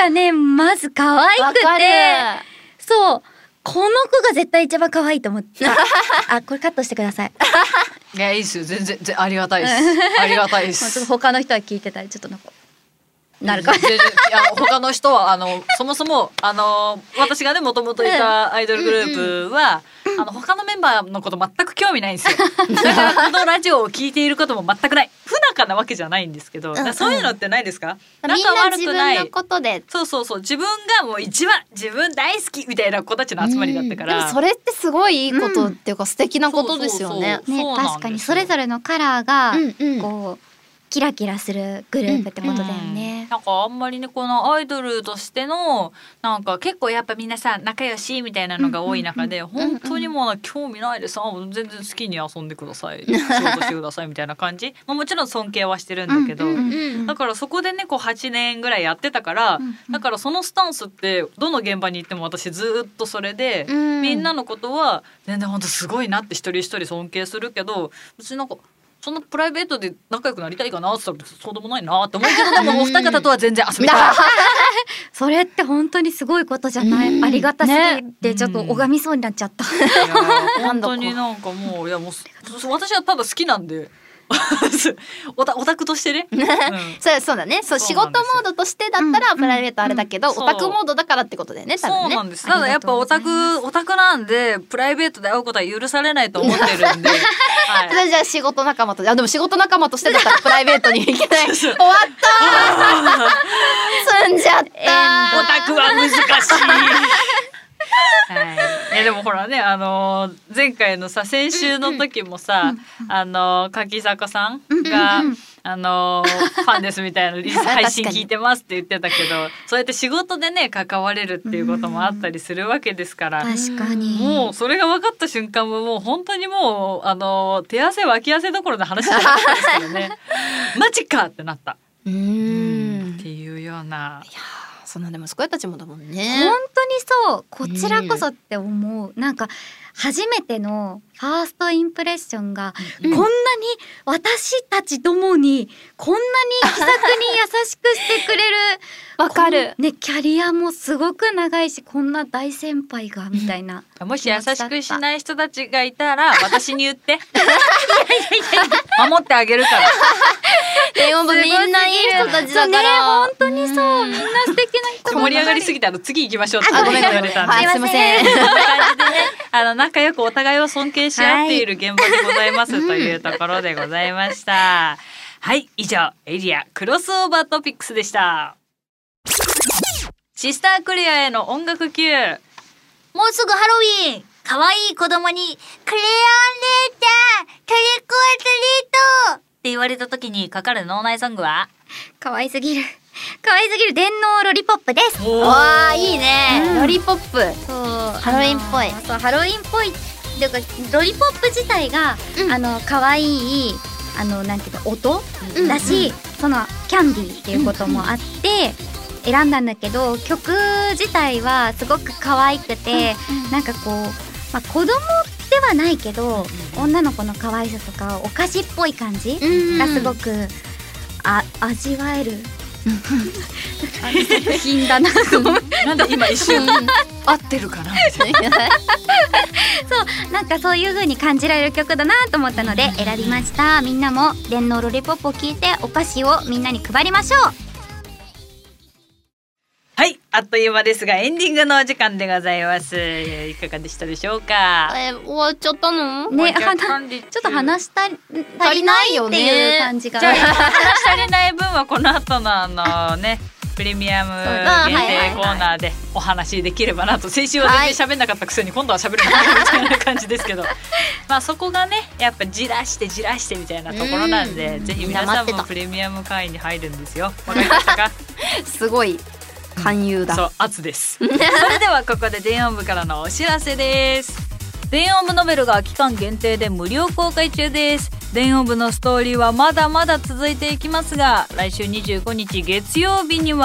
がねまず可愛くて、そうこの子が絶対一番可愛いと思ったあ、これカットしてくださいいやいいですよ、全然全然ありがたいですありがたいですちょっと他の人は聞いてたらちょっとなんかなるか全然いや他の人はあのそもそもあの私がねもともといたアイドルグループは、うんうん、あの他のメンバーのこと全く興味ないんですよだからこのラジオを聞いていることも全くない、不仲なわけじゃないんですけど、うんうん、そういうのってないですか？ みんな自分のことで、 そうそうそう、自分がもう一番自分大好きみたいな子たちの集まりだったから、うん、 でもそれってすごいいいことっていうか、うん、素敵なことですよね。 ね、確かにそれぞれのカラーがこう、キラキラするグループってことだよね、 うんうん、なんかあんまりねこのアイドルとしてのなんか結構やっぱみんなさ仲良しみたいなのが多い中で、うんうんうん、本当にもう興味ないでさ全然好きに遊んでください仕事してくださいみたいな感じまあもちろん尊敬はしてるんだけど、うんうんうん、だからそこでねこうはちねんぐらいやってたから、うんうん、だからそのスタンスってどの現場に行っても私ずっとそれで、うん、みんなのことは全然本当すごいなって一人一人尊敬するけど、別になんかそんなプライベートで仲良くなりたいかなって言ったらそうでもないなって思うけど、でもお二方とは全然遊びたいそれって本当にすごいことじゃない、ありがたすぎてちょっと拝みそうになっちゃった、いや本当になんかもういやもう私はただ好きなんでオタ、オタクとしてね、うん、 そう、そうだね、そう、仕事モードとしてだったらプライベートあれだけど、うんうん、オタクモードだからってことだよね、多分ね。 そうなんです。ただやっぱオタクオタクなんでプライベートで会うことは許されないと思ってるんで、 はい、それじゃあ仕事仲間と、あでも仕事仲間としてだったらプライベートに行けない終わった済んじゃった、えー、オタクは難しいはい、えでもほらね、あのー、前回のさ先週の時もさ、うんうん、あのー、柿坂さんが、うんうん、あのー、ファンですみたいな配信聞いてますって言ってたけどそうやって仕事でね関われるっていうこともあったりするわけですから、 確かにもうそれが分かった瞬間ももう本当にもう、あのー、手汗脇汗どころの話じゃなかったですけどねマジかってなった、 うーんっていうような。 いやそんなでも息子たちもだもんね。 本当にそうこちらこそって思う、うん、なんか初めてのファーストインプレッションが、うん、こんなに私たちどもにこんなに気さくに優しくしてくれるわかるね、キャリアもすごく長いしこんな大先輩がみたいな、 うん、もし優しくしない人たちがいたら私に言っていやいやいや守ってあげるからでもみんないい人たちだから、 ね、本当にそう、うん、みんな素敵な人盛り上がりすぎてあの次行きましょうってごめん言われたんで、 はい、すいませんそんな感じでねあの仲良くお互いを尊敬し合っている現場でございます、はい、というところでございました、はい、以上エリアクロスオーバートピックスでした。シスタークリアへの音楽 Q。 もうすぐハロウィーン、可愛い子供にクレヨンレータートリックオアトリートって言われた時にかかる脳内ソングは可愛すぎる可愛すぎる電脳ロリポップです。 わあいいね、うん、ロリポップ、 そうハロウィンっぽい、 そうハロウィンっぽいっていうかロリポップ自体が、うん、あの可愛いあのなんていうか音、うん、だし、うん、そのキャンディーっていうこともあって、うん、選んだんだけど曲自体はすごく可愛くて、うん、なんかこう、まあ、子供ではないけど、うん、女の子の可愛さとかお菓子っぽい感じがすごく、うん、あ味わえる作品だなと思ってなんで今一瞬合ってるかなみたいなそうなんかそういう風に感じられる曲だなと思ったので選びました。みんなも電脳ロリポップを聞いてお菓子をみんなに配りましょう。 はい、あっという間ですがエンディングのお時間でございます。いかがでしたでしょうか。 え終わっちゃったのね、ちょっと話した足りないよねっていう感じが、 じゃあ話足りない分はこの後のあのねプレミアム限定コーナーでお話できればなと。先週は全然喋んなかったくせに今度は喋るのかみたいな感じですけどまあそこがねやっぱじらしてじらしてみたいなところなんで、ぜひ皆さんもプレミアム会員に入るんですよ。わかりましたかすごい勧誘だ、 そう圧ですそれではここで電音部からのお知らせです。電音部ノベルが期間限定で無料公開中です。電音部のストーリーはまだまだ続いていきますが、来週にじゅうごにち月曜日には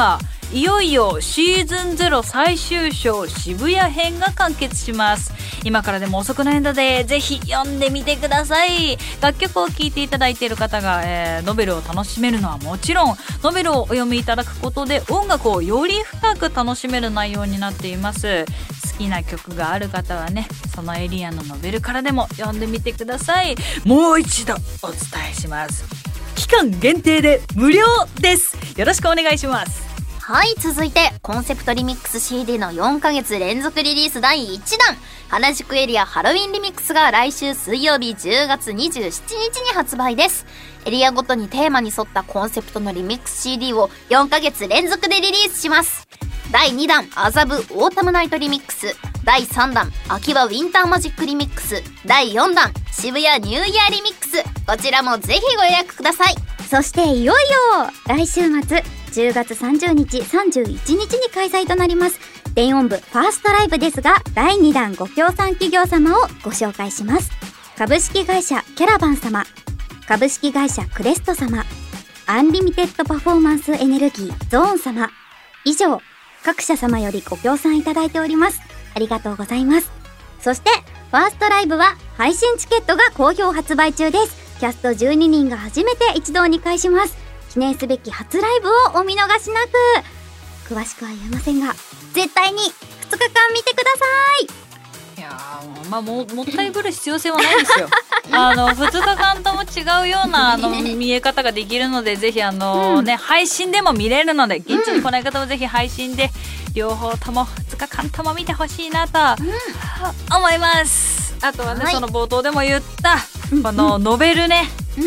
いよいよシーズンゼロ最終章渋谷編が完結します。今からでも遅くないのでぜひ読んでみてください。楽曲を聴いていただいている方が、えー、ノベルを楽しめるのはもちろん、ノベルをお読みいただくことで音楽をより深く楽しめる内容になっています。好きな曲がある方はね、そのエリアのノベルからでも読んでみてください。もう一度お伝えします。期間限定で無料です。よろしくお願いします。 はい、続いてコンセプトリミックス シーディー のよんかげつ連続リリースだいいちだん、原宿エリアハロウィンリミックスが来週水曜日じゅうがつにじゅうしちにちに発売です。エリアごとにテーマに沿ったコンセプトのリミックス シーディー をよんかげつ連続でリリースします。だいにだん麻布オータムナイトリミックス、だいさんだん秋葉ウィンターマジックリミックス、だいよんだん渋谷ニューイヤーリミックス、こちらもぜひご予約ください。 そしていよいよ来週末じゅうがつさんじゅうにちさんじゅういちにちに開催となります電音部ファーストライブですが、だいにだんご協賛企業様をご紹介します。株式会社キャラバン様、株式会社クレスト様、アンリミテッドパフォーマンスエネルギーゾーン様、以上各社様よりご協賛いただいております。ありがとうございます。そしてファーストライブは配信チケットが好評発売中です。キャストじゅうににんが初めて一堂に会します。記念すべき初ライブをお見逃しなく。詳しくは言えませんが、絶対にふつかかん見てください。 いやー、まあ、も, もったいぶる必要性はないですよ。あのふつかかんとも違うようなあの見え方ができるので、ぜひあの、うんね、配信でも見れるので、現地に来ない方はぜひ配信で両方ともふつかかんとも見てほしいなと思います。あとはね、はい、その冒頭でも言ったこのノベルね、うん、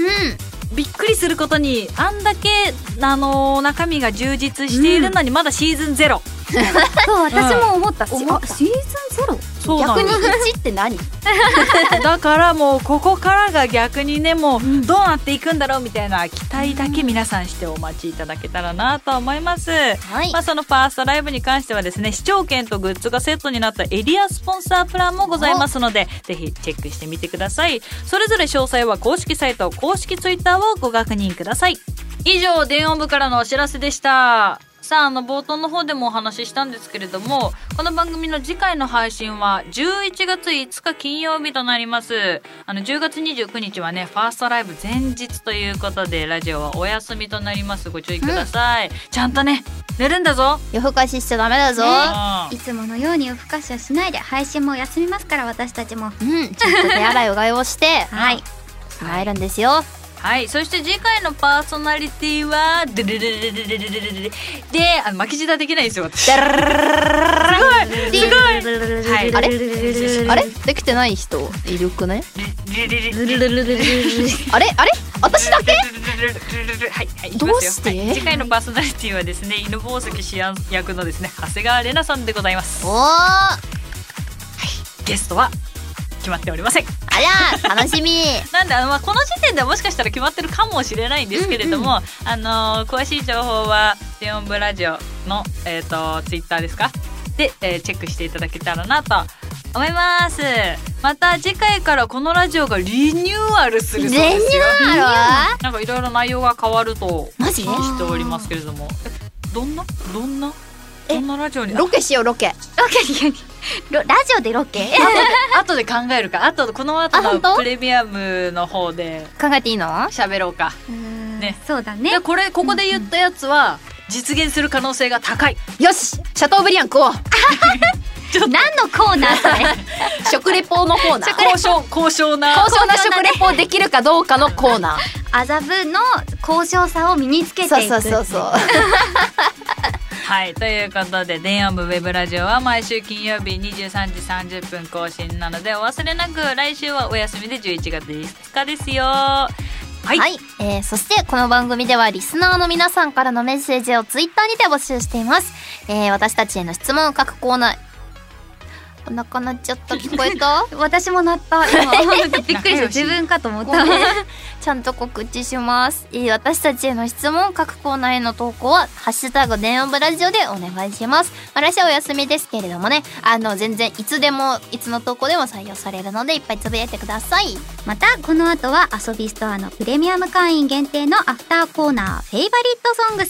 びっくりすることにあんだけあの中身が充実しているのにまだシーズンゼロ、 うん、そう私も思った、うん、シーズンゼロ逆にいちって何だからもうここからが逆にね、もうどうなっていくんだろうみたいな期待だけ皆さんしてお待ちいただけたらなと思います、はい。まあ、そのファーストライブに関してはですね、視聴券とグッズがセットになったエリアスポンサープランもございますので、ぜひチェックしてみてください。それぞれ詳細は公式サイト、公式ツイッターをご確認ください。以上、電音部からのお知らせでした。さあ、あの冒頭の方でもお話ししたんですけれども、この番組の次回の配信はじゅういちがついつか金曜日となります。あのじゅうがつにじゅうくにちはね、ファーストライブ前日ということで、ラジオはお休みとなります。ご注意ください、うん、ちゃんとね寝るんだぞ、 夜更かししちゃダメだぞ、ね、 いつものように夜更かしはしないで、配信も休みますから、私たちも、 うん、ちゃんと手洗いうがいをしてはい備えるんですよ。 はい、そして次回のパーソナリティはででででででででであの巻き舌できないんですよ私。すごいすごい、 はい、あれあれできてない人いるくね。あれあれ私だけ。 はいはい、どうして、はい、次回のパーソナリティはですね、犬宝石師役のですね長谷川玲奈さんでございます。 おー、 はい、ゲストは決まっておりません。 あら楽しみなんであの、まあ、この時点ではもしかしたら決まってるかもしれないんですけれども、うんうん、あのー、詳しい情報は電音部ラジオの、えー、とツイッターですかで、えー、チェックしていただけたらなと思います。また次回からこのラジオがリニューアルするそうですよ。 リニューアルはなんかいろいろ内容が変わるとマジしておりますけれども、どんなどんなどんなラジオにロケしようロケロケにラジオでロケ後で考えるか、あとこの後のプレミアムの方で考えていいの喋ろうか。 うーん、 ね、 そうだね。 でこれここで言ったやつは実現する可能性が高い。 よし、シャトーブリアン食おう何のコーナーそれ食レポのコーナー、 交渉交渉な交渉な食レポできるかどうかのコーナー麻布の交渉さを身につけていく。 そうそうそうそうはい、ということで電音部ウェブラジオは毎週金曜日にじゅうさんじさんじゅっぷん更新なのでお忘れなく。来週はお休みでじゅういちがついつかですよ。はい、 はい、えー、そしてこの番組ではリスナーの皆さんからのメッセージをツイッターにて募集しています。えー、私たちへの質問を書くコーナー。お腹鳴っちゃった。聞こえた私も鳴った今びっくりした自分かと思った。 ちゃんと告知します。えー、私たちへの質問を書くコーナーへの投稿はハッシュタグ電音部ラジオでお願いします。来週はお休みですけれどもね、あの全然いつでもいつの投稿でも採用されるのでいっぱいつぶやいてください。 またこの後は遊びストアのプレミアム会員限定のアフターコーナーフェイバリットソングス。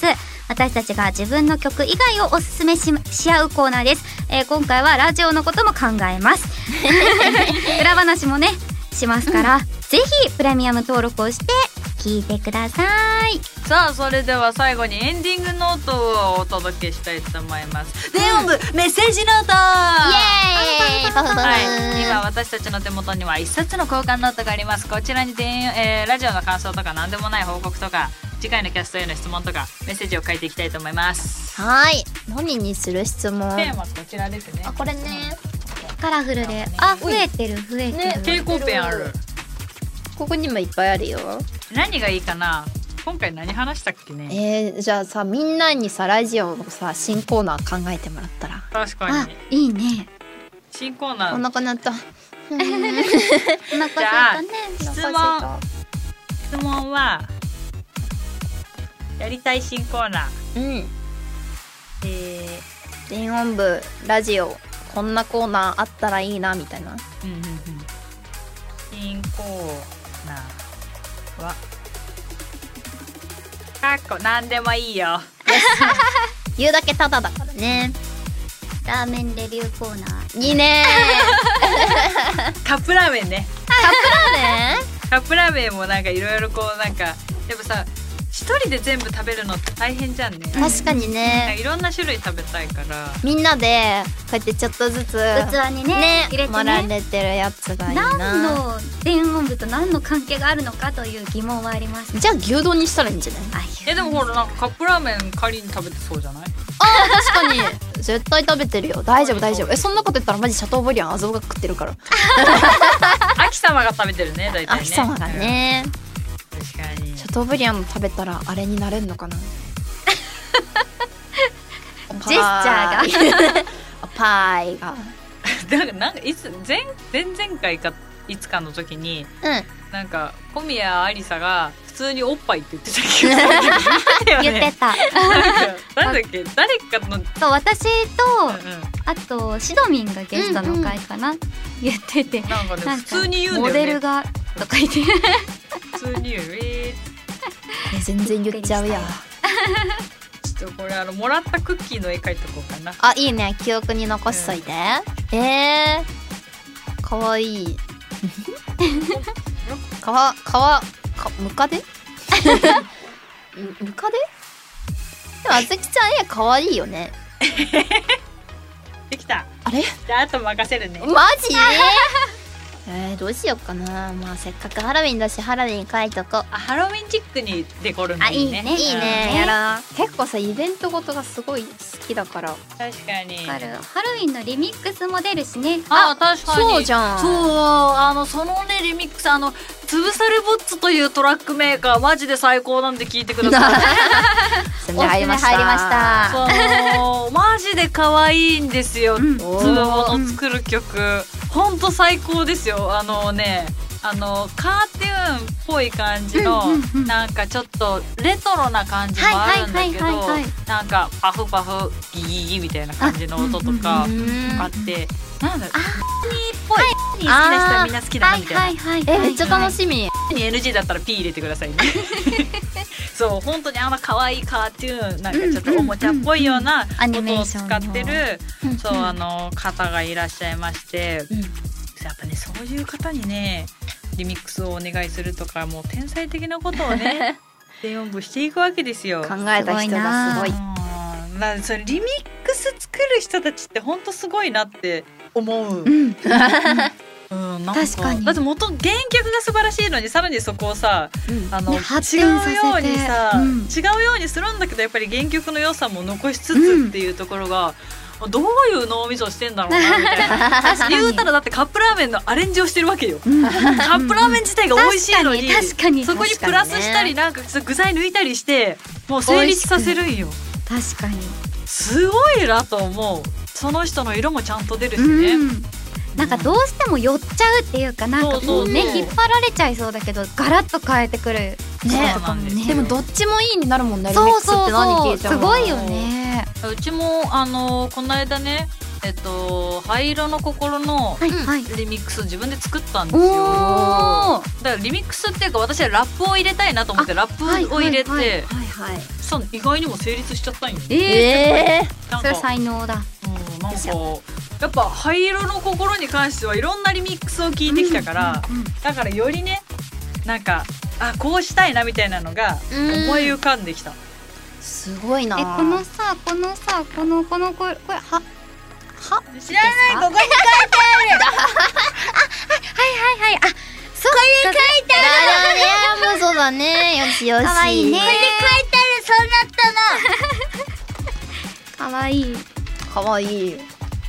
私たちが自分の曲以外をおすすめ し, し合うコーナーです、えー、今回はラジオのことも考えます裏話もねしますから、うん、ぜひプレミアム登録をして聞いてください。 さあそれでは最後にエンディングノートをお届けしたいと思います。電音部メッセージノート、 イエーイはい、今私たちの手元にはいっさつの交換ノートがあります。こちらに電、えー、ラジオの感想とか何でもない報告とか次回のキャストへの質問とかメッセージを書いていきたいと思います。 はい、何にする質問？ テーマこちらですね。 あ、これね、 カラフルで、あ、増えてる増えてる、ね、 蛍光ペンある。 ここにもいっぱいあるよ。 何がいいかな。今回何話したっけね。 えー、じゃあさ、みんなにさラジオのさ新コーナー考えてもらったら。 確かに。 いいね。 新コーナー。 お腹鳴った。お腹すいたね。 質問。質問はやりたい新コーナー。 うん。 えー、電音部ラジオこんなコーナーあったらいいなみたいな。 うんうんうん。新コーナーはかっこ何でもいいよ言うだけタダだからね。 ラーメンレビューコーナーいいねカップラーメンね。 カップラーメンカップラーメンもなんかいろいろこうなんかやっぱさ一人で全部食べるのって大変じゃんね。 確かにね。 いろんな種類食べたいからみんなでこうやってちょっとずつ器にね、ね入れてね盛られてるやつがいいな。 何の電音部と何の関係があるのかという疑問はあります。 じゃあ牛丼にしたらいいんじゃない？ えでもほらなんかカップラーメン仮に食べてそうじゃない？ あー確かに絶対食べてるよ。大丈夫大丈夫。えそんなこと言ったらマジシャトーブリアンアゾウが食ってるから秋様が食べてるね大体ね。 秋様がね、 うん、確かにシャトーブリアン食べたらあれになれるのかなジェスチャーがパイがなんかなんかいつ前前々回かいつかの時に、 うん、 なんか小宮ありさが普通におっぱいって言ってた気がする言ってたなんだっけ誰かのそう私と、 うんうん、 あとシドミンがゲストの回かな、うんうん、言っててなんかね普通に言うんだよね。 モデルがとか言って普通に言うえー、全然言っちゃうやちょっとこれあのもらったクッキーの絵描いとこうかな。 あいいね、記憶に残しといて、うん、えー、かわいいかわかわかムカデムカデでもあずきちゃん絵かわいいよねできた。 あれじゃああと任せるね。 マジえー、どうしようかな。まあせっかくハロウィンだしハロウィン書いとこう。 あハロウィンチックにデコるのいいね。 あいいねいいね、やら結構さイベントごとがすごい好きだから。 確かにハロウィンのリミックスも出るしね。 あ確かにそうじゃん。 そうあのそのねリミックスあのつぶされボッツというトラックメーカーマジで最高なんで聞いてくださいおすすめ入りました。入りましたそうマジで可愛いんですよ、うん、つぶもの作る曲、ほんと最高ですよ。あのねあのカーテューンっぽい感じの、うんうんうん、なんかちょっとレトロな感じもあるんだけどなんかパフパフギギギみたいな感じの音とかあってなんだろうニーっぽいニー好きな人はみんな好きだなみたいな、はいはいはいはい、 えめっちゃ楽しみ。 に エヌジー だったら P 入れてくださいねそう本当にあの可愛いカートゥーンなんかちょっとおもちゃっぽいような音を使ってるそうあの方がいらっしゃいまして、うん、やっぱねそういう方にねリミックスをお願いするとかもう天才的なことをね電音部していくわけですよ。 考えた人がすごい。 なそれリミックス作る人たちって本当すごいなって思う、 うんうん、なんか確かにだって元原曲が素晴らしいのにさらにそこをさ、うん、あの、ね、違うようにさ、うん、違うようにするんだけどやっぱり原曲の良さも残しつつっていうところが、うん、どういう脳みそをしてんだろうなみたいな言うたらだってカップラーメンのアレンジをしてるわけよ、うん、カップラーメン自体が美味しいのに確かにそこにプラスしたりなんか具材抜いたりしてもう成立させるんよ。 確かにすごいなと思う。その人の色もちゃんと出るしね、うん、 なんかどうしても寄っちゃうっていうかなんかこうね引っ張られちゃいそうだけどガラッと変えてくるね。 そうなんですよ。 でもどっちもいいになるもんね。 そうリミックスって何聞いてもすごいよね。 うちもあのこの間ねえっと灰色の心のリミックス自分で作ったんですよ、はいはい、だからリミックスっていうか私はラップを入れたいなと思ってラップを入れてさん意外にも成立しちゃったんよ。 えー、 えなんかそれ才能だ。 うん、なんかやっぱ灰色の心に関してはいろんなリミックスを聞いてきたから、 うんうんだからよりねなんかあこうしたいなみたいなのが思い浮かんできた。 すごいな。 えこのさこのさこのこのこれこれはは知らないここに書いてはいはいはいあそうこれ書いてだね、もうそうだね。よしよし。 かわいいね。 これで書いてあるそうなったのかわいい。 かわいい。 い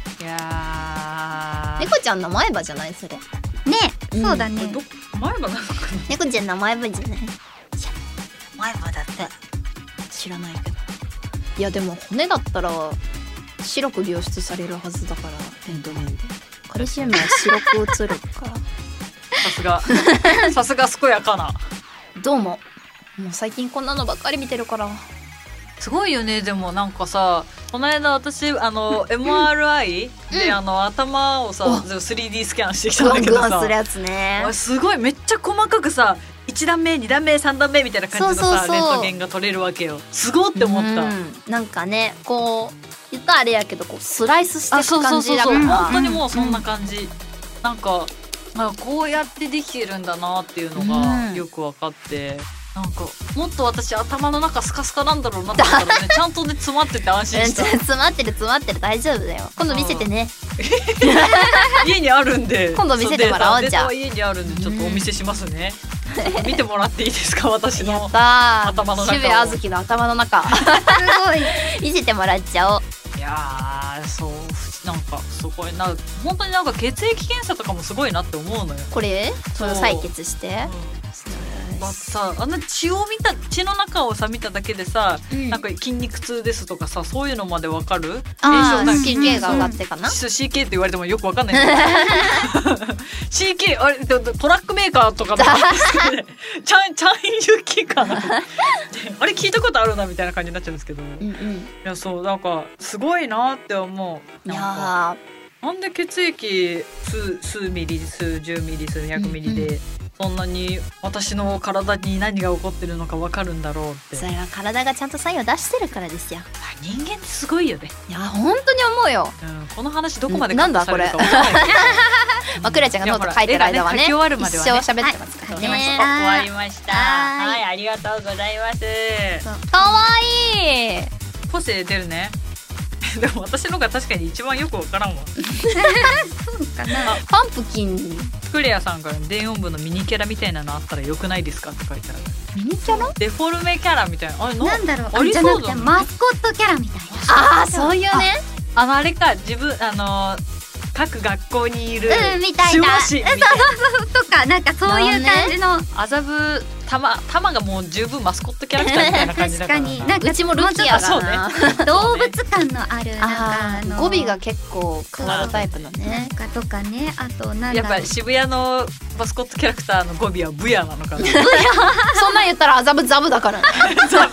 やー猫ちゃんの前歯じゃないそれ。 ね、 うんそうだね。 ど前歯なのかな。 猫ちゃんの前歯じゃない。 前歯だって知らないけど。いやでも骨だったら白く描出されるはずだからレントゲンで。カルシウムは白く映るか。 さすがさすが健やかな。 どうも。もう最近こんなのばっかり見てるから。 すごいよね。でもなんかさこの間私あの エムアールアイ であの頭をさおスリーディー スキャンしてきたグワンんだけどさグワンするやつね。 あすごいめっちゃ細かくさいち段目に段目さん段目みたいな感じのさそうそうそうレントゲンが取れるわけよ。すごって思った。 うんなんかねこう言ったらあれやけどこうスライスしていあそうそうく感じだそうそうから本当にもうそんな感じ、なんかあこうやってできてるんだなっていうのがうんよく分かって、なんかもっと私頭の中スカスカなんだろうなって思ったらねちゃんとね詰まってて安心した。 詰まってる詰まってる大丈夫だよ。今度見せてね。 家にあるんで今度見せてもらおうデータじゃあデータは家にあるんでちょっとお見せしますね。見てもらっていいですか私のやったー。 頭の中を渋谷あずきの頭の中すごい。 見せてもらっちゃおう。 いやーそうなんかすごいな本当になんか血液検査とかもすごいなって思うのよ。 これそれをそう採血してうんだってさあんな血を見た血の中をさ見ただけでさ、 うんなんか筋肉痛ですとかさそういうのまでわかる。 あー炎症シーケー が上がってかな。 シーケー って言われてもよくわかんないんだけどシーケー あれトラックメーカーとかのチャンチャンユキかなあれ聞いたことあるなみたいな感じになっちゃうんですけど、いうんうん。 やそうなんかすごいなって思う。 いなんかやなんで血液数数ミリ数十ミリ数百ミリで、 うんうそんなに私の体に何が起こってるのかわかるんだろうってーそれは体がちゃんとサインを出してるからですよ。 人間ってすごいよね、 いや本当に思うよ。 うん、この話どこまでなんだカットされるかわからないけどまあクラちゃんがノート書いてる間はねいやほら絵がね書き終わるまではね一生喋ってますから終わりましね。 た終わりました。 はーいはい、ありがとうございます。 かわいい。 個性出るねでも私のが確かに一番よくわからんわ。 そうかな。 パンプキンクレアさんから電音部のミニキャラみたいなのあったらよくないですかって書いてある。 ミニキャラ。 デフォルメキャラみたいなあれなんだろう。 ありじゃなくてそうだねマスコットキャラみたいな。 ああそういうね。 あのあれか自分あの各学校にいるうんみたいな。 守護神みたいなとかなんかそういう感じの。 麻布たまたまがもう十分マスコットキャラクターみたいな感じだからな確かになんかうちもルキアそうだな。 ね動物感のあるなんかああのー語尾が結構変わるタイプのなんね。 かとかねあとなんやだろうっぱ渋谷のマスコットキャラクターの語尾はブヤなのかなそんなん言ったらアザブザブだからね。 ザブザ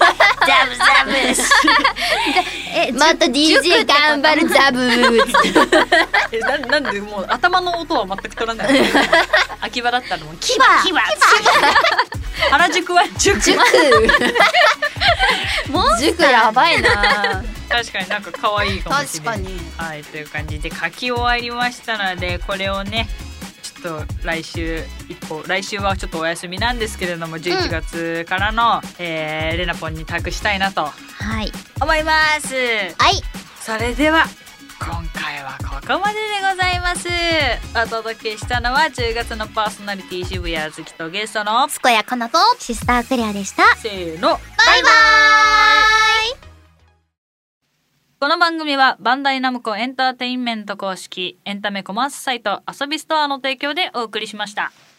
えまた ディージェー 頑張るザブーえななんでもう頭の音は全く取らない秋葉だったらもうキバキバ原宿は塾塾塾やばいな。 確かになんか可愛いかもしれない。 確かに。 はいという感じで書き終わりましたのでこれをねちょっと来週一個来週はちょっとお休みなんですけれどもじゅういちがつからの、えーレナポンに託したいなとはい思います。 はい。 それでは今回はここまででございます。お届けしたのはじゅうがつのパーソナリティ渋谷あずきとゲストの健やかなとシスタークレアでしたせーのバイバーイ。 この番組はバンダイナムコエンターテインメント公式エンタメコマースサイト遊びストアの提供でお送りしました。